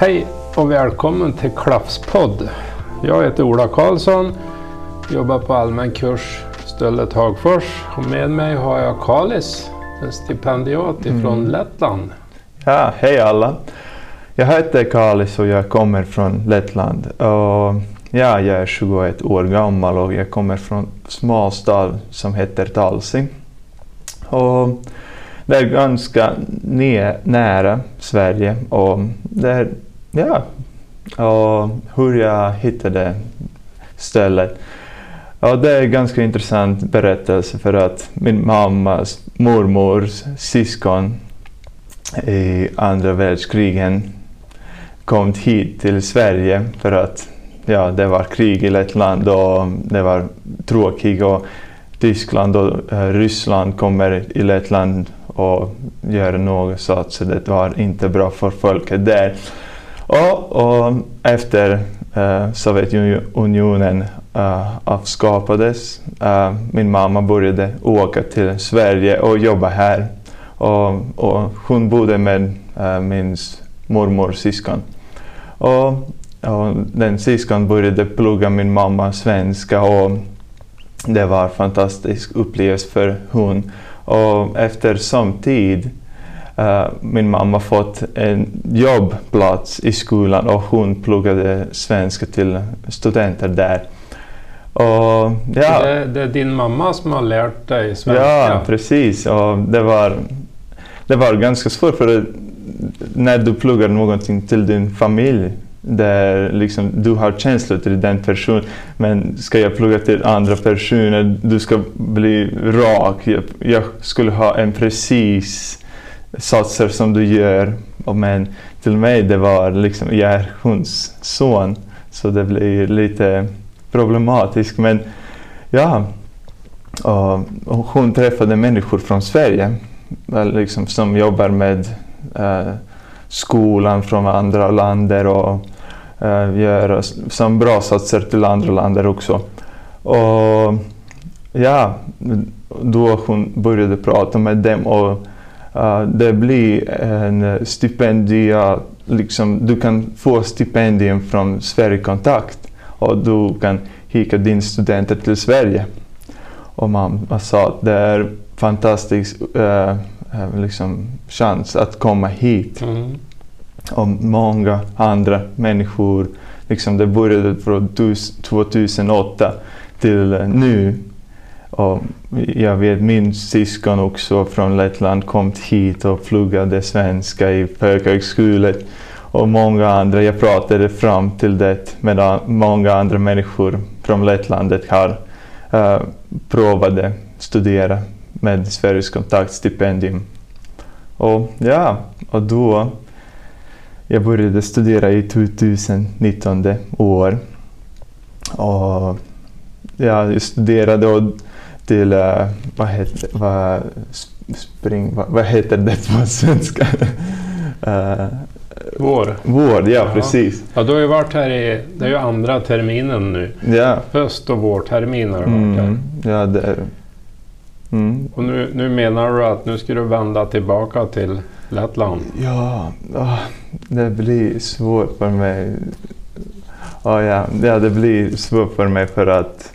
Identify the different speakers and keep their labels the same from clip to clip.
Speaker 1: Hej och välkommen till Klaffspodd. Jag heter Ola Karlsson, jobbar på allmän kurs Stöllet Hagfors och med mig har jag Kalis, en stipendiat ifrån Lettland.
Speaker 2: Ja, hej alla. Jag heter Kalis och jag kommer från Lettland. Jag är 21 år gammal och jag kommer från en smal stad som heter Talsi. Och det är ganska nära Sverige och och hur jag hittade stället. Ja, det är en ganska intressant berättelse för att min mammas mormors syskon i andra världskrigen kom hit till Sverige för att det var krig i Lettland och det var tråkigt och Tyskland och Ryssland kommer i Lettland och gör något så det var inte bra för folket där. Och efter Sovjetunionen avskapades, min mamma började åka till Sverige och jobba här. Och hon bodde med min mormors syskon. Och den syskon började plugga min mamma svenska och det var en fantastisk upplevelse för hon. Och efter som tid min mamma fått en jobbplats i skolan och hon pluggade svenska till studenter där. Och,
Speaker 1: det är din mamma som har lärt dig svenska?
Speaker 2: Ja, precis. Och det var ganska svårt för när du pluggar någonting till din familj där liksom du har känslor till den personen, men ska jag plugga till andra personer, du ska bli rak. Jag skulle ha en precis satser som du gör, men till mig det var liksom, jag är hans son, så det blir lite problematiskt. Men och hon träffade människor från Sverige liksom, som jobbar med skolan från andra länder och gör som bra satser till andra länder också. Och då hon började prata med dem och det blir en stipendium, liksom, du kan få stipendium från Sverigekontakt och du kan skicka din studenter till Sverige. Och mamma sa att det är fantastisk liksom, chans att komma hit. Och många andra människor, liksom, det började från 2008 till nu. Och jag vet min syskon också från Lettland kom hit och pluggade svenska i högskolan. Och många andra, jag pratade fram till det med många andra människor från Lettland har provat studera med Sveriges kontaktstipendium. Och då jag började studera i 2019 år. Och jag studerade till vad heter det på svenska? Vård, ja, precis.
Speaker 1: Ja, du har ju varit här det är ju andra terminen nu.
Speaker 2: Ja.
Speaker 1: Höst- och vårtermin har du varit här.
Speaker 2: Ja, det är.
Speaker 1: Och nu menar du att nu ska du vända tillbaka till Lettland?
Speaker 2: Ja, det blir svårt för mig. Det blir svårt för mig för att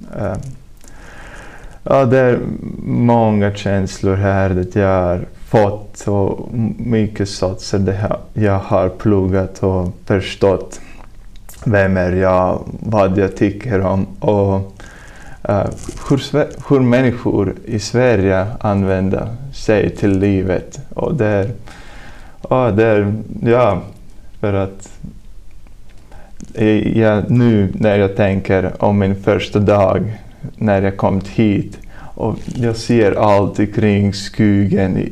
Speaker 2: det är många känslor här det jag har fått och mycket satser det jag har pluggat och förstått vem är jag, vad jag tycker om och hur människor i Sverige använder sig till livet. Och det är för att nu när jag tänker om min första dag när jag kom hit och jag ser allt kring skogen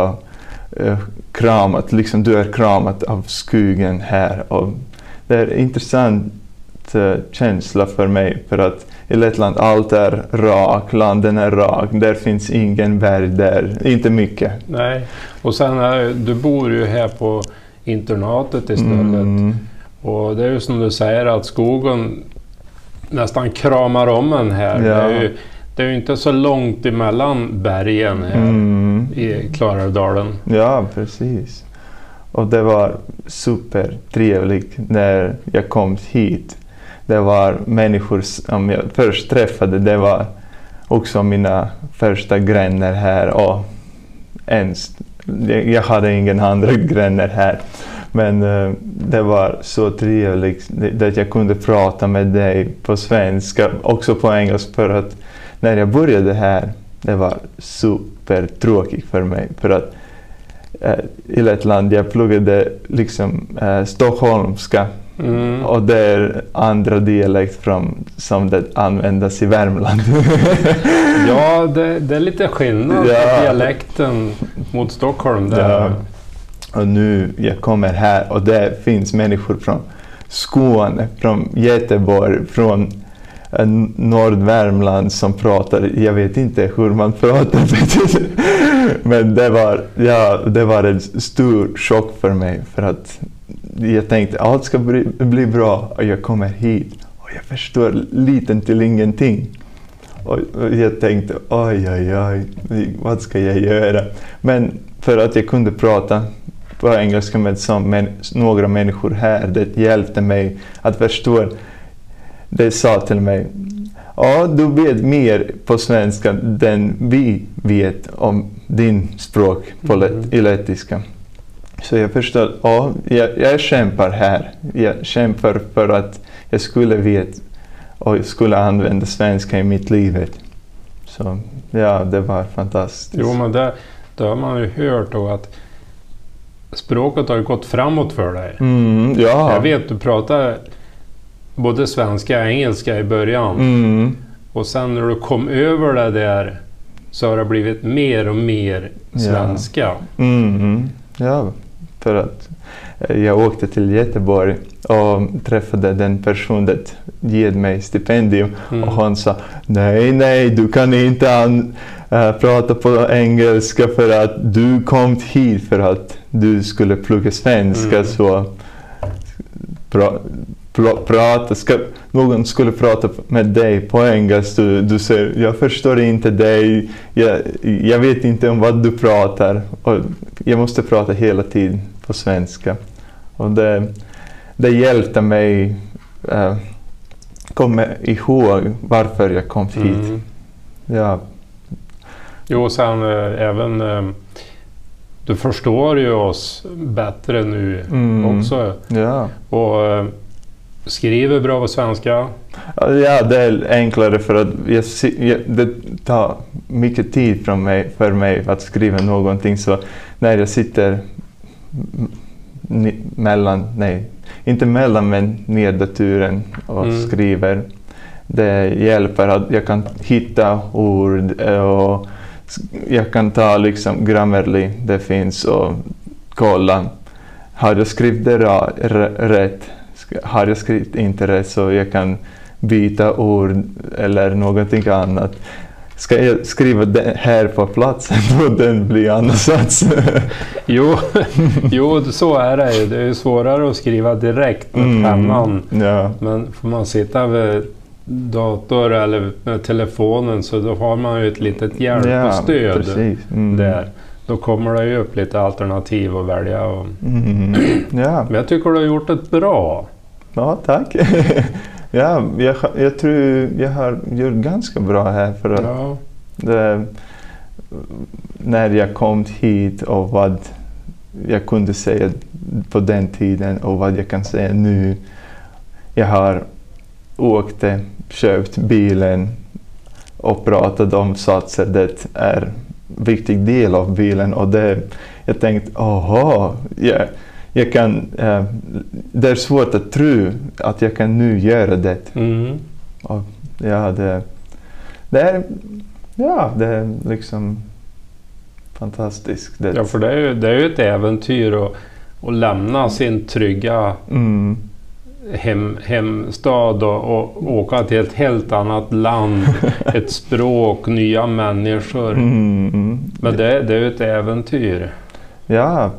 Speaker 2: kramat, liksom du är kramat av skogen här och det är en intressant känsla för mig för att i Lettland allt är rak, landen är rak, där finns ingen berg där, inte mycket.
Speaker 1: Nej, och sen du bor ju här på internatet istället och det är ju som du säger att skogen nästan kramar om en här. Ja. Det är ju inte så långt emellan bergen här i Klarälvdalen.
Speaker 2: Ja, precis. Och det var supertrevligt när jag kom hit. Det var människor som jag först träffade, det var också mina första grannar här. Och jag hade ingen andra grannar här. Men det var så trevligt att jag kunde prata med dig på svenska, också på engelska, för att när jag började här, det var supertråkigt för mig. För att i Lettland jag pluggade liksom stockholmska. Och det är andra dialekt som det användas i Värmland.
Speaker 1: Ja, det är lite skillnad på dialekten mot Stockholm.
Speaker 2: Ja. Och nu jag kommer här och det finns människor från Skåne, från Göteborg, från Nordvärmland som pratar, jag vet inte hur man pratar. Men det var en stor chock för mig, för att jag tänkte allt ska bli bra och jag kommer hit och jag förstår lite till ingenting. Och jag tänkte oj, vad ska jag göra? Men för att jag kunde prata på engelska med några människor här, det hjälpte mig att förstå. Det sa till mig, ja, du vet mer på svenska än vi vet om din språk i lettiska. Så jag förstår, ja, jag kämpar här. Jag kämpar för att jag skulle veta och skulle använda svenska i mitt liv. Så ja, det var fantastiskt.
Speaker 1: Jo, men det har man ju hört då, att språket har gått framåt för dig.
Speaker 2: Ja.
Speaker 1: Jag vet, du pratar både svenska och engelska i början. Och sen när du kom över det där så har det blivit mer och mer svenska.
Speaker 2: Ja, för att jag åkte till Göteborg och träffade den person som gav mig stipendium. Och han sa, nej, du kan inte prata på engelska för att du kom hit för att du skulle plugga svenska. Så någon skulle prata med dig på engelska, du säger, jag förstår inte dig, jag vet inte om vad du pratar, och jag måste prata hela tiden på svenska. Och det hjälpte mig komma ihåg varför jag kom hit. Ja.
Speaker 1: Jo, sen även du förstår ju oss bättre nu också.
Speaker 2: Ja.
Speaker 1: Och skriver bra på svenska?
Speaker 2: Ja, det är enklare för att det tar mycket tid för mig att skriva någonting. Så när jag sitter inte mellan, men ner daturen och skriver, det hjälper att jag kan hitta ord och jag kan ta liksom grammarly det finns och kolla. Har jag skrivit det rätt? Har jag skrivit inte rätt, så jag kan byta ord eller någonting annat. Ska jag skriva det här på platsen och den blir ansats? jo, så är det ju. Det är ju svårare att skriva direkt med pennan. Ja. Men får man sitta vid dator eller med telefonen, så då har man ju ett litet hjälp och stöd där. Då kommer det ju upp lite alternativ att välja. Men jag tycker du har gjort det bra. Ja, tack. Ja, jag tror jag har gjort ganska bra här, för att när jag kom hit och vad jag kunde säga på den tiden och vad jag kan säga nu. Jag har köpt bilen och pratat om satser. Det är en viktig del av bilen, och jag tänkte, jag kan, det är svårt att tro att jag kan nu göra det. Och det är liksom fantastiskt.
Speaker 1: Ja, för det är ju ett äventyr att lämna sin trygga hemstad och åka till ett helt annat land, ett språk, nya människor. Men det är ju ett äventyr.
Speaker 2: Ja,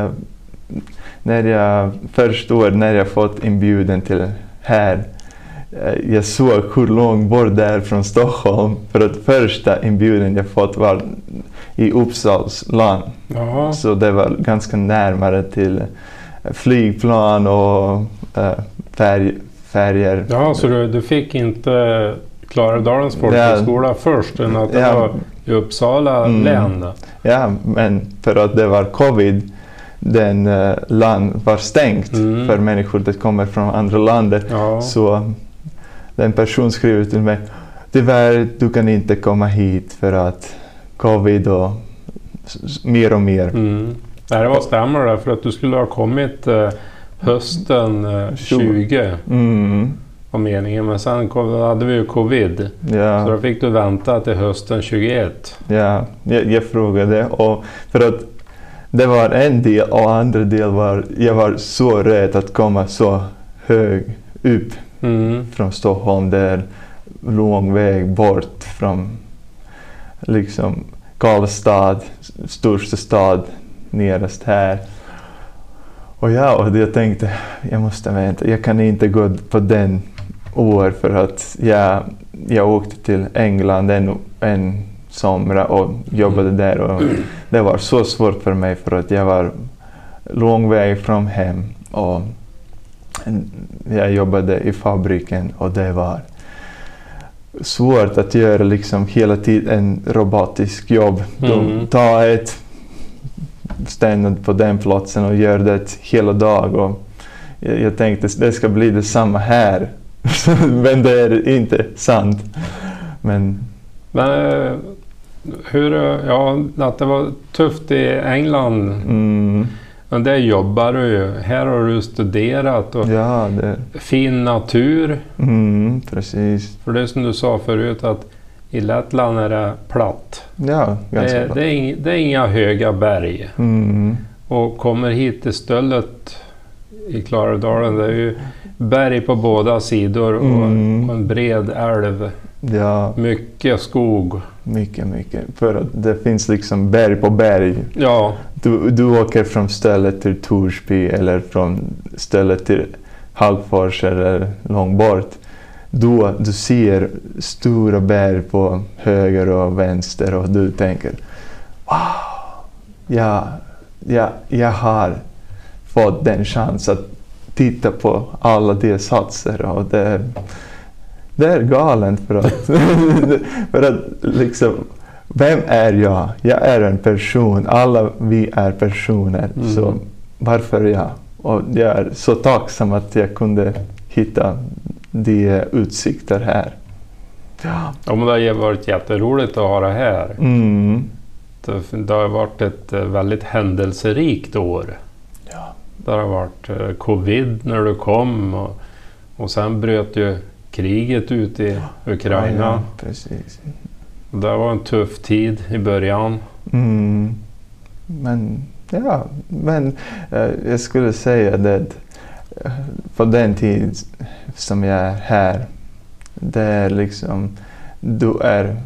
Speaker 2: när jag fått inbjudan till här, jag såg hur långt bort det är från Stockholm. För att första inbjudan jag fått var i Uppsalas land.
Speaker 1: Jaha.
Speaker 2: Så det var ganska närmare till flygplan och färger.
Speaker 1: Ja, så du fick inte Klarälvdalens folkhögskola först, än att det var i Uppsala län?
Speaker 2: Ja, men för att det var covid, den land var stängt för människor som kommer från andra länder.
Speaker 1: Ja. Så
Speaker 2: den person skrev till mig, tyvärr du kan inte komma hit för att covid och mer och mer.
Speaker 1: Det var stämmer det, för att du skulle ha kommit hösten 20 var meningen, men sen hade vi ju covid.
Speaker 2: Ja.
Speaker 1: Så då fick du vänta till hösten 21.
Speaker 2: Ja, jag frågade, och för att det var en del, och andra del var jag var så rädd att komma så hög upp från Stockholm. Det är lång väg bort från liksom Karlstad, största stad neråt här. Och jag tänkte, jag måste vänta, jag kan inte gå på den år, för att jag åkte till England en sommar och jobbade där, och det var så svårt för mig för att jag var lång väg från hem, och jag jobbade i fabriken och det var svårt att göra liksom hela tiden en robotisk jobb. Ta ett ständ på den platsen och gör det hela dag, och jag tänkte det ska bli detsamma här. Men det är inte sant. Men att det var tufft i England. Men där jobbar du ju. Här har du studerat och fin natur. Precis.
Speaker 1: För det som du sa förut, att i Lettland är det platt.
Speaker 2: Ja, ganska platt.
Speaker 1: Det är inga höga berg. Och kommer hit till stället i Klarälvdalen, det är ju berg på båda sidor och en bred älv.
Speaker 2: Ja.
Speaker 1: Mycket skog.
Speaker 2: Mycket. För att det finns liksom berg på berg.
Speaker 1: Ja.
Speaker 2: Du åker från stället till Torsby eller från stället till Hagfors eller långt bort. Du ser stora berg på höger och vänster, och du tänker, wow, jag har fått den chans att titta på alla de satser, och det är galet för att liksom, vem är jag? Jag är en person, alla vi är personer, så varför jag? Och jag är så tacksam att jag kunde hitta de utsikter här.
Speaker 1: Ja, men det har varit jätteroligt att ha det här. Det har varit ett väldigt händelserikt år.
Speaker 2: Ja.
Speaker 1: Det har varit covid när du kom, och sen bröt ju kriget ut i Ukraina.
Speaker 2: Ja, precis.
Speaker 1: Det var en tuff tid i början.
Speaker 2: Men jag skulle säga det, på den tid som jag är här, det är liksom, du är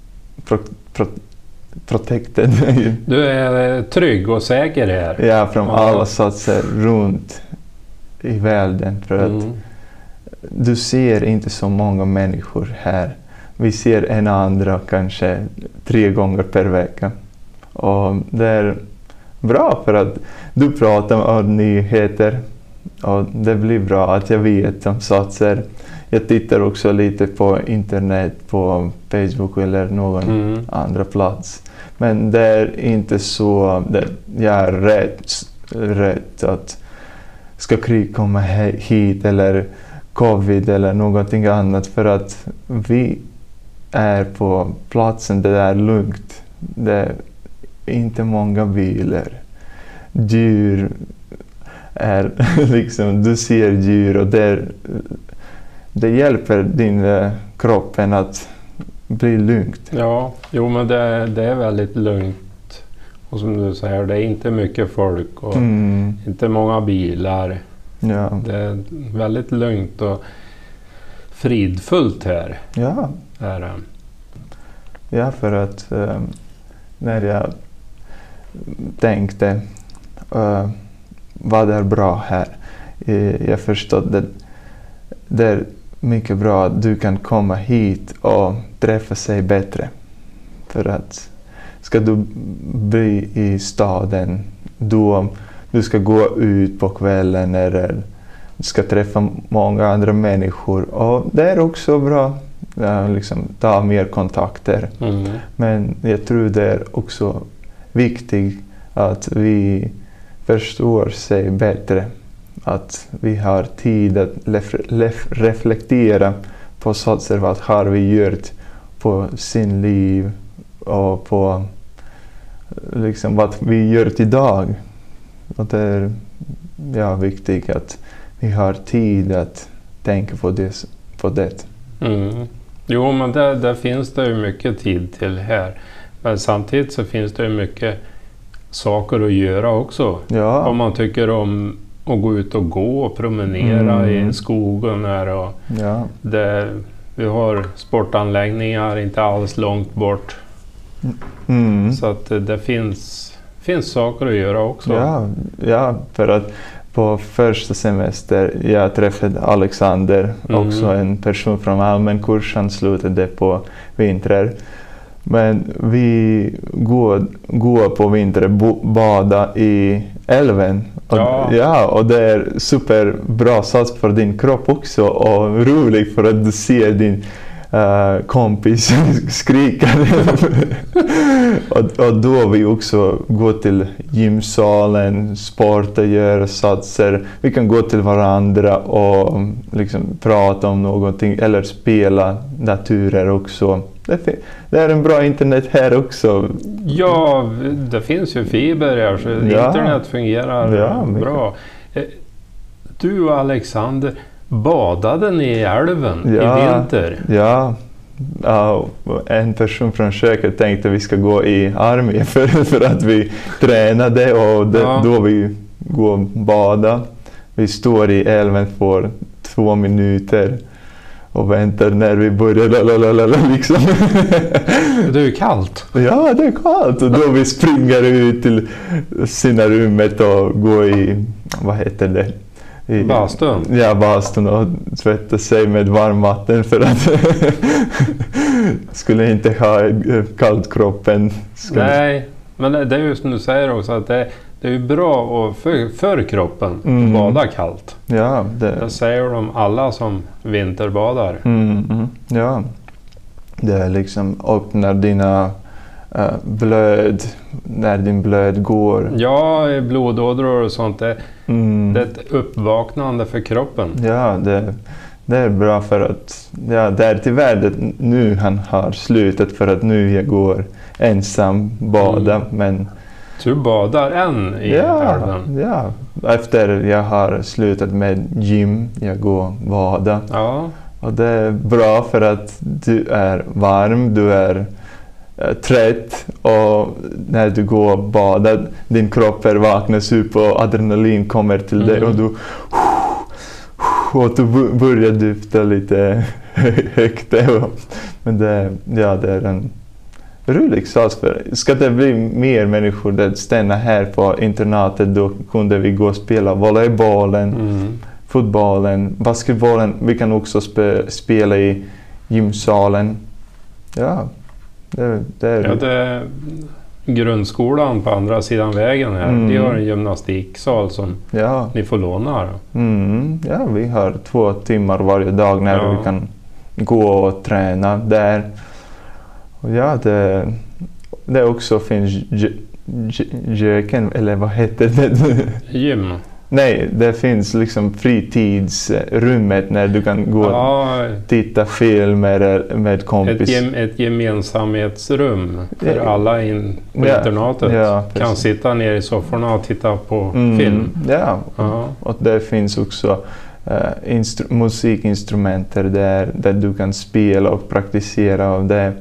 Speaker 2: protected.
Speaker 1: Du är trygg och säker här.
Speaker 2: Ja, från alla satser runt i världen, för att du ser inte så många människor här. Vi ser en andra kanske 3 gånger per vecka. Och det är bra, för att du pratar om nyheter, och det blir bra att jag vet om satser. Jag tittar också lite på internet, på Facebook eller någon andra plats. Men det är inte så att jag är rädd att ska krig komma hit eller covid eller någonting annat, för att vi är på platsen där det är lugnt. Det är inte många bilar. Djur är liksom, du ser djur, och det hjälper din kroppen att bli lugnt.
Speaker 1: Ja, jo, men det är väldigt lugnt. Och som du säger, det är inte mycket folk och inte många bilar.
Speaker 2: Ja.
Speaker 1: Det är väldigt lugnt och fridfullt här.
Speaker 2: Ja. Ja, för att när jag tänkte vad är bra här, jag förstod det mycket bra att du kan komma hit och träffa sig bättre. För att ska du bli i staden, du ska gå ut på kvällen eller du ska träffa många andra människor. Och det är också bra liksom ta mer kontakter. Men jag tror det är också viktigt att vi förstår sig bättre. Att vi har tid att reflektera på saker vad har vi gjort på sin liv och på liksom vad vi gör idag. Och det är viktigt att vi har tid att tänka på det.
Speaker 1: Jo, men där finns det ju mycket tid till här. Men samtidigt så finns det ju mycket saker att göra också.
Speaker 2: Ja.
Speaker 1: Om man tycker om att gå ut och gå och promenera i skogen här. Och vi har sportanläggningar inte alls långt bort. Så att det finns saker att göra också.
Speaker 2: Ja, för att på första semester jag träffade Alexander, också en person från allmän kurs, han slutade på vintrar. Men vi går på vintrar, bada i älven. Och det är superbra sats för din kropp också och roligt för att du ser din kompis skrika. och då vi också går till gymsalen, sporta, göra satser. Vi kan gå till varandra och liksom prata om någonting eller spela datorer också. Det är en bra internet här också.
Speaker 1: Ja, det finns ju fiber här så internet fungerar bra. Du och Alexander, badade ni i älven i vinter?
Speaker 2: Ja. En person från köket tänkte att vi ska gå i armén för att vi tränade och då vi går och bada. Vi står i älven för 2 minuter och väntar när vi börjar liksom.
Speaker 1: Det är ju kallt.
Speaker 2: Ja, det är kallt och då vi springer ut till sina rummet och går i, vad heter det?
Speaker 1: Bastun?
Speaker 2: Ja, bastun och tvätta sig med varm vatten för att skulle inte ha kallt kroppen.
Speaker 1: Nej, men det är ju som du säger också att det är ju bra för kroppen att bada kallt.
Speaker 2: Ja,
Speaker 1: det säger de alla som vinterbadar.
Speaker 2: Ja, det liksom öppnar dina blöd, när din blöd går.
Speaker 1: Ja, blodådror och sånt. Det är ett uppvaknande för kroppen.
Speaker 2: Ja, det är bra för att det är tyvärr nu han har slutat för att nu jag går ensam bada. Men
Speaker 1: du badar än i älven?
Speaker 2: Ja, efter jag har slutat med gym, jag går bada.
Speaker 1: Ja.
Speaker 2: Och det är bra för att du är varm, du är trött och när du går och badar, din kropp vaknas upp och adrenalin kommer till dig och du börjar dufta lite högt. Men det är en rolig sak. Ska det bli mer människor att stanna här på internatet, då kunde vi gå och spela volleybollen, fotbollen, basketbollen. Vi kan också spela i gymsalen. Ja, det är
Speaker 1: grundskolan på andra sidan vägen här. De har en gymnastiksal som ni får låna här.
Speaker 2: Ja, vi har 2 timmar varje dag när vi kan gå och träna där. Och det också finns eller vad heter det?
Speaker 1: Gym.
Speaker 2: Nej, det finns liksom fritidsrummet när du kan gå och titta filmer med kompis.
Speaker 1: Ett gemensamhetsrum för alla på internatet. Kan sitta ner i sofforna och titta på film.
Speaker 2: Ja, och det finns också musikinstrumenter där du kan spela och praktisera av det.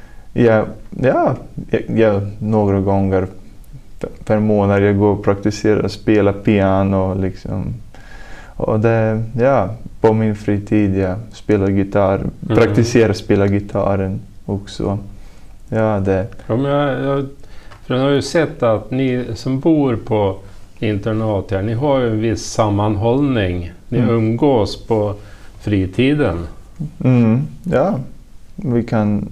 Speaker 2: Ja, några gånger per månad jag går och praktiserar spela piano liksom. Och det på min fritid jag spelar gitarr, praktiserar spela gitarren också. Ja, det.
Speaker 1: För jag har ju sett att ni som bor på internat här, ni har ju en viss sammanhållning. Ni umgås på fritiden?
Speaker 2: Ja, vi kan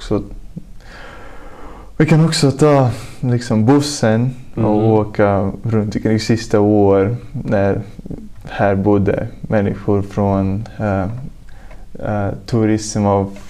Speaker 2: också ta liksom bussen och åka runt omkring sista år när här bodde människor från turism och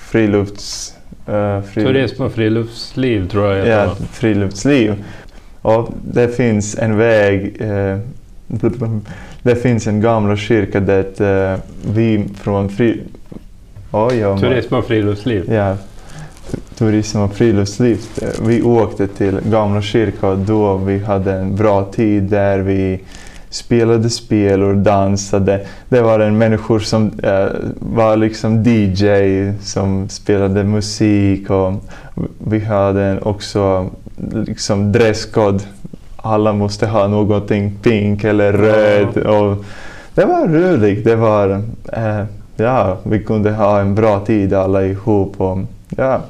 Speaker 1: turism och friluftsliv tror jag.
Speaker 2: Ja, friluftsliv. Och det finns en väg, det finns en gamla kyrka där vi från
Speaker 1: turism och friluftsliv.
Speaker 2: Ja, turism och friluftsliv. Vi åkte till gamla kyrka och då vi hade en bra tid där vi spelade spel och dansade. Det var en människor som var liksom DJ som spelade musik och vi hade också liksom dresscode. Alla måste ha någonting pink eller röd och det var roligt. Det var vi kunde ha en bra tid alla ihop och
Speaker 1: ja,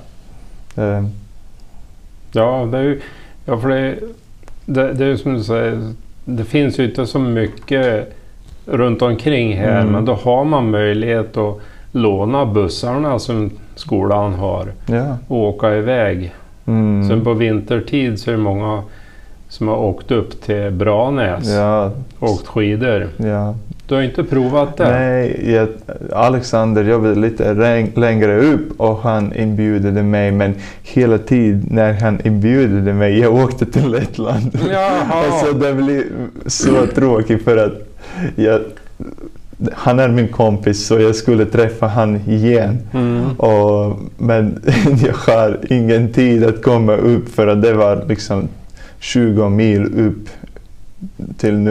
Speaker 1: det är ju för det är ju som du säger, det finns ju inte så mycket runt omkring här, men då har man möjlighet att låna bussarna som skolan har och åka iväg. Sen på vintertid så är det många som har åkt upp till Branäs och åkt skidor. Ja. Du har inte provat det?
Speaker 2: Nej, Alexander jobbade lite längre upp och han inbjudde mig, men hela tiden när han inbjudde mig, jag åkte till Lettland. Alltså det blev så tråkigt för att han är min kompis så jag skulle träffa han igen. Men jag har ingen tid att komma upp för att det var liksom 20 mil upp till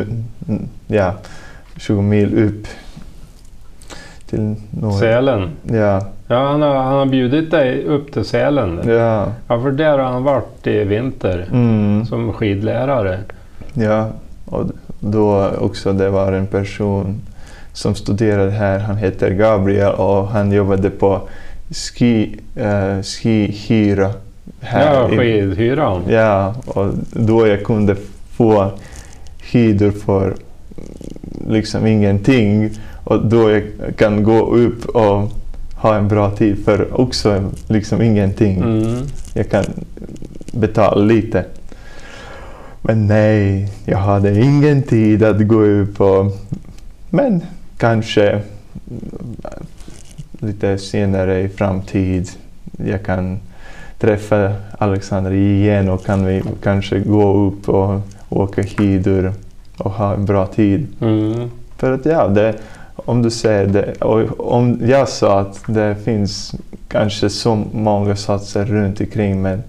Speaker 2: 20 mil upp till
Speaker 1: Sälen.
Speaker 2: Ja,
Speaker 1: han har bjudit dig upp till Sälen.
Speaker 2: Ja,
Speaker 1: för där har han varit i vinter som skidlärare.
Speaker 2: Ja, och då också det var en person som studerade här, han heter Gabriel och han jobbade på skihyra här.
Speaker 1: Ja, skidhyran.
Speaker 2: Ja, och då jag kunde få skidor för liksom ingenting och då jag kan gå upp och ha en bra tid för också liksom ingenting. Jag kan betala lite. Men nej, jag hade ingen tid att gå upp men kanske lite senare i framtid jag kan träffa Alexander igen och kan vi kanske gå upp och åka skidor och ha en bra tid. För att om du säger det, och om jag sa att det finns kanske så många satser runt omkring, men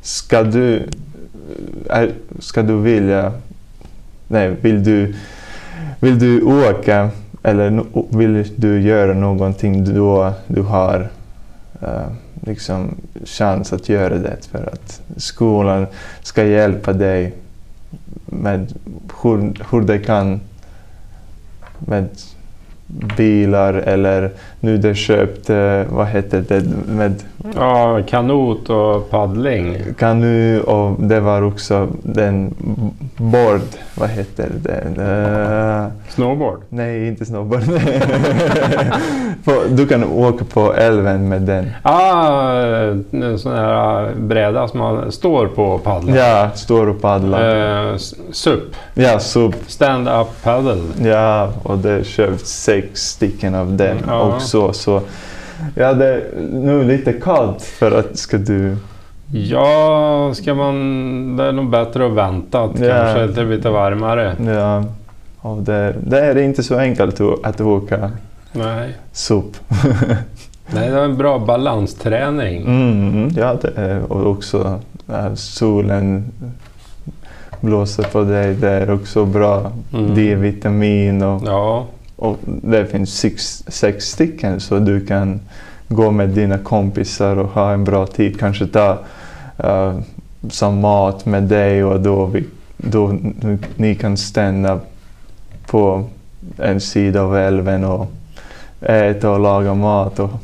Speaker 2: vill du åka eller vill du göra någonting då du har liksom chans att göra det för att skolan ska hjälpa dig med hur de kan med bilar eller nu det köpt vad heter det med
Speaker 1: kanot och paddling.
Speaker 2: Kanu och det var också den board, vad heter det?
Speaker 1: Snowboard?
Speaker 2: Nej, inte snowboard. Du kan åka på älven med den.
Speaker 1: En sån här bräda som man står på och paddlar.
Speaker 2: Ja, står och paddlar.
Speaker 1: SUP.
Speaker 2: Ja, SUP.
Speaker 1: Stand-up paddle.
Speaker 2: Ja, och det köpt 6 stycken av den också. Så ja, det är nu lite kallt för att ska du...
Speaker 1: Ja, det är nog bättre att vänta kanske det blir lite varmare. Ja,
Speaker 2: och det är inte så enkelt att åka SUP.
Speaker 1: Nej, det är en bra balansträning.
Speaker 2: Ja, det är, och också solen blåser på dig, det är också bra D-vitamin och det finns 6 stycken så du kan gå med dina kompisar och ha en bra tid, kanske ta som mat med dig och då ni kan stanna på en sida av älven och äta och laga mat och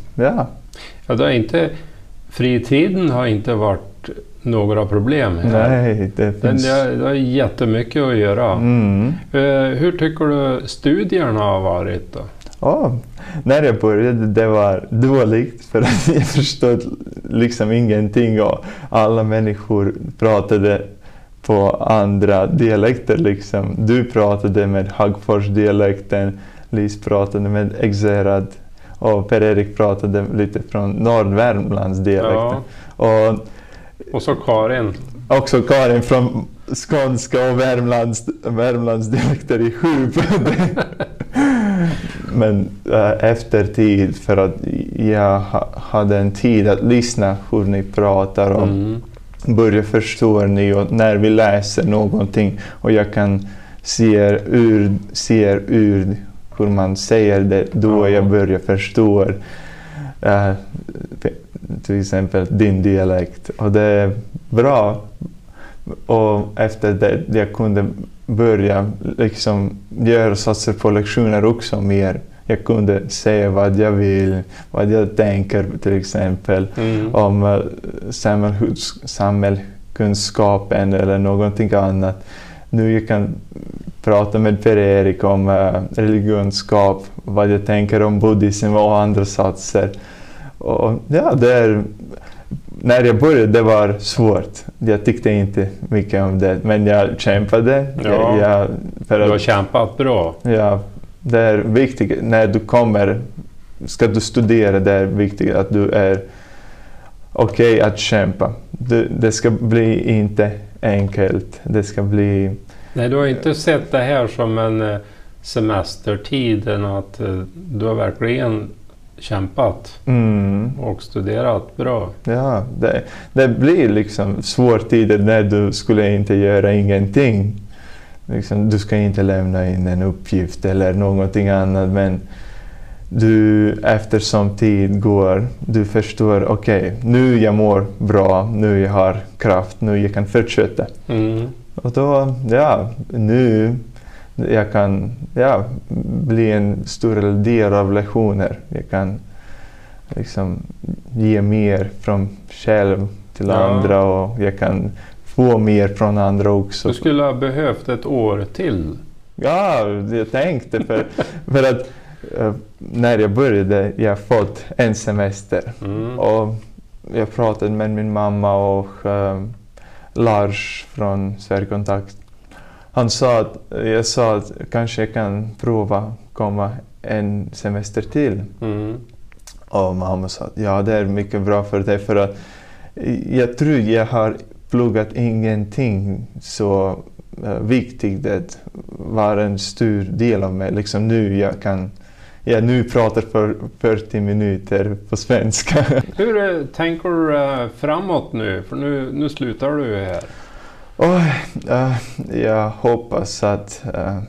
Speaker 1: fritiden har inte varit några problem här.
Speaker 2: Nej, det finns...
Speaker 1: Det är jättemycket att göra. Hur tycker du studierna har varit då?
Speaker 2: När jag började det var dåligt för att jag förstod liksom ingenting och alla människor pratade på andra dialekter liksom. Du pratade med Hagfors-dialekten, Lis pratade med Ekshärad och Per-Erik pratade lite från Nordvärmlands-dialekten.
Speaker 1: Ja. Och så Karin.
Speaker 2: Också Karin från skånska och Värmlands-dialekter i Sjup. Men efter tid, för att jag hade en tid att lyssna hur ni pratar och börja förstå ni och när vi läser någonting och jag kan se ur hur man säger det, då jag börjar förstå till exempel din dialekt och det är bra. Och efter det jag kunde börja liksom göra satser på lektioner också mer. Jag kunde säga vad jag vill, vad jag tänker till exempel om samhällskunskapen eller någonting annat. Nu jag kan prata med Per-Erik om religionskap, vad jag tänker om buddhism och andra satser. Och ja, när jag började det var svårt. Jag tyckte inte mycket om det, men jag kämpade.
Speaker 1: Ja, du har kämpat bra.
Speaker 2: Ja, det är viktigt när du ska du studera, det är viktigt att du är okej att kämpa. Det ska bli inte enkelt. Det ska bli...
Speaker 1: Nej, du har inte sett det här som en semestertiden, att du har verkligen kämpat och studerat bra.
Speaker 2: Ja, det blir liksom svåra tider när du skulle inte göra ingenting. Liksom, du ska inte lämna in en uppgift eller någonting annat, men eftersom tid går, du förstår, okej, nu jag mår bra, nu jag har kraft, nu jag kan fortsätta. Och då, nu jag kan bli en större del av lektioner. Jag kan liksom ge mer från själv till andra och jag kan få mer från andra också.
Speaker 1: Du skulle ha behövt ett år till.
Speaker 2: Ja, jag tänkte för att när jag började, jag fått en semester. Och jag pratade med min mamma och Lars från Sverigekontakt. Jag sa att kanske jag kan prova komma en semester till. Och mamma sa att ja, det är mycket bra för dig, för att jag tror jag har pluggat ingenting så viktigt att vara en stor del av mig. Liksom nu pratar för 40 minuter på svenska.
Speaker 1: Hur tänker du framåt nu? För nu slutar du här.
Speaker 2: Jag hoppas att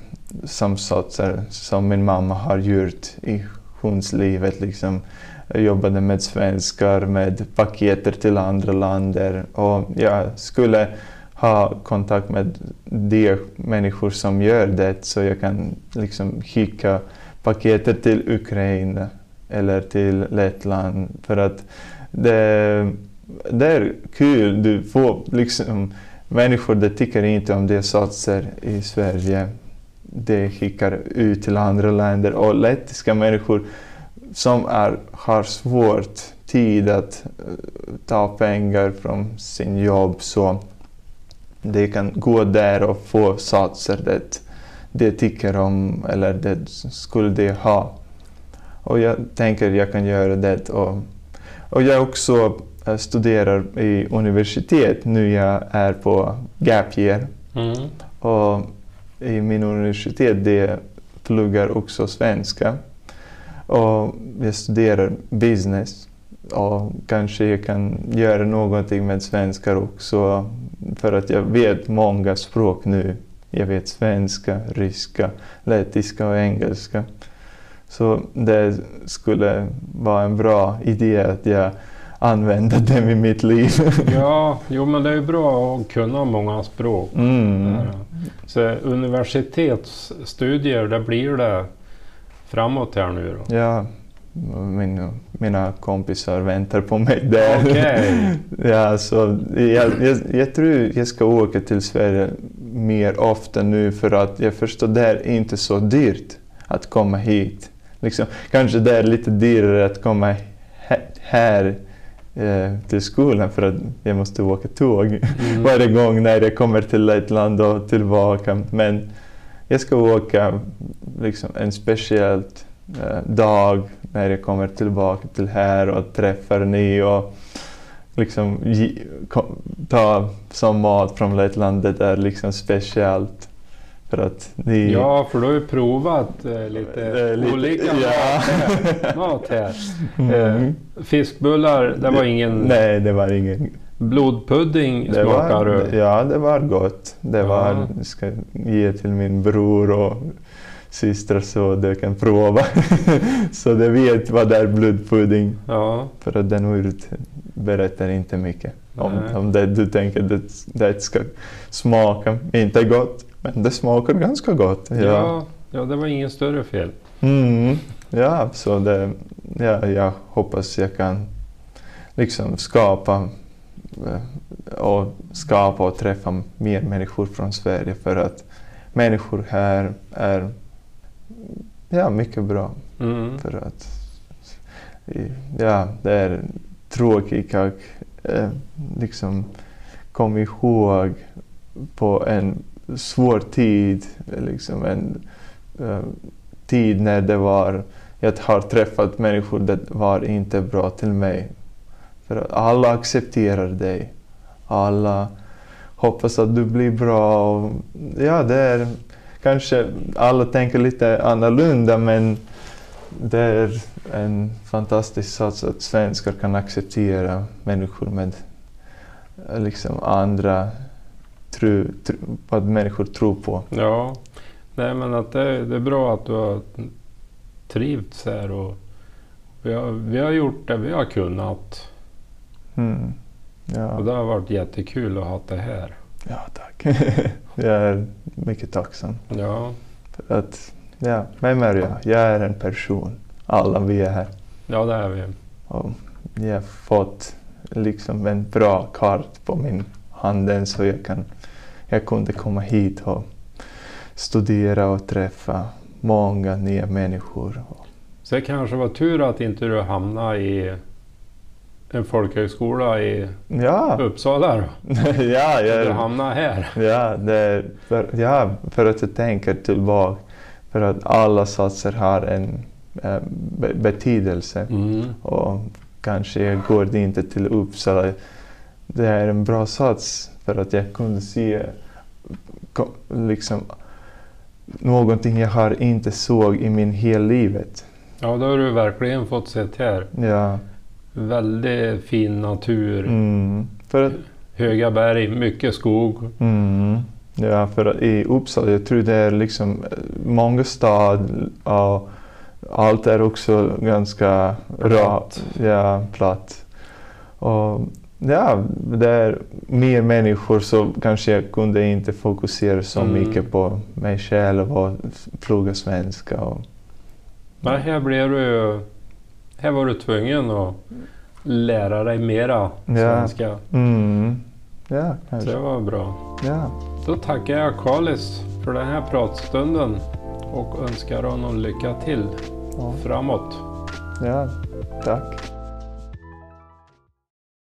Speaker 2: som min mamma har gjort i livet, liksom jobbade med svenskar, med paketer till andra länder, och jag skulle ha kontakt med de människor som gör det, så jag kan liksom skicka paketer till Ukraina eller till Lettland, för att det är kul. Du får liksom människor, det tycker inte om det satser i Sverige. Det skickar ut till andra länder, och lettiska människor som har svårt tid att ta pengar från sin jobb, så de kan gå där och få satser det tycker om eller det skulle de ha. Och jag tänker jag kan göra det. Och jag också studerar i universitet. Nu jag är på gap year. Och i min universitet det pluggar också svenska. Och jag studerar business. Och kanske jag kan göra någonting med svenskar också. För att jag vet många språk nu. Jag vet svenska, ryska, lettiska och engelska. Så det skulle vara en bra idé att jag använder dem i mitt liv.
Speaker 1: Ja, men det är ju bra att kunna många språk. Så universitetsstudier, där blir det framåt här nu då?
Speaker 2: Ja, mina kompisar väntar på mig där.
Speaker 1: Okay.
Speaker 2: Ja, så jag tror jag ska åka till Sverige mer ofta nu, för att jag förstår det är inte så dyrt att komma hit. Liksom, kanske det är lite dyrare att komma här till skolan för att jag måste åka tåg varje gång när jag kommer till ett land och tillbaka. Men jag ska åka liksom en speciell dag när jag kommer tillbaka till här och träffar ni och liksom ta som mat från ett land det är liksom speciellt. För att ni...
Speaker 1: Ja, för du har ju provat lite olika mat här. Fiskbullar, det var ingen...
Speaker 2: Nej, det var ingen...
Speaker 1: Blodpudding smakar du?
Speaker 2: Ja, det var gott. Det var... Jag ska ge till min bror och syster så de kan prova. Så de vet vad det är blodpudding. Ja. För att den ordet berättar inte mycket. Om det du tänker att det ska smaka inte gott. Men det smakar ganska gott.
Speaker 1: Ja, det var ingen större fel.
Speaker 2: Ja, så det, jag hoppas jag kan liksom skapa och träffa mer människor från Sverige för att människor här är mycket bra. För att det är tråkigt att liksom komma ihåg på en svår tid, liksom en tid när det var, jag har träffat människor det var inte bra till mig. För att alla accepterar dig. Alla hoppas att du blir bra. Och, det är kanske alla tänker lite annorlunda men det är en fantastisk sats att svenskar kan acceptera människor med liksom andra vad människor tror på. Ja,
Speaker 1: nej men att det är bra att du har trivts här och vi har gjort det vi har kunnat. Och det har varit jättekul att ha det här.
Speaker 2: Ja, tack. Jag är mycket tacksam.
Speaker 1: Ja.
Speaker 2: För att, vem är jag? Jag är en person. Alla vi är här.
Speaker 1: Ja, det är vi.
Speaker 2: Och jag har fått liksom en bra kart på min handen så jag kunde komma hit och studera och träffa många nya människor.
Speaker 1: Så det kanske var tur att inte du hamnade i en folkhögskola i Uppsala då? Du hamnade här.
Speaker 2: För att jag tänker tillbaka. För att alla satser har en betydelse. Och kanske jag går inte till Uppsala. Det är en bra sats för att jag kunde se liksom någonting jag har inte såg i min hela livet.
Speaker 1: Ja, då har du verkligen fått se här.
Speaker 2: Ja.
Speaker 1: Väldigt fin natur.
Speaker 2: För att,
Speaker 1: höga berg, mycket skog.
Speaker 2: Ja, för att i Uppsala, jag tror det är liksom många stad och allt är också ganska rakt. Ja, platt. Och det är mer människor så kanske jag kunde inte fokusera så mycket på mig själv och plugga svenska.
Speaker 1: Men här var du tvungen att lära dig mera svenska.
Speaker 2: Ja, kanske.
Speaker 1: Så det var bra.
Speaker 2: Ja.
Speaker 1: Då tackar jag Carlis för den här pratstunden och önskar honom lycka till framåt.
Speaker 2: Ja, tack.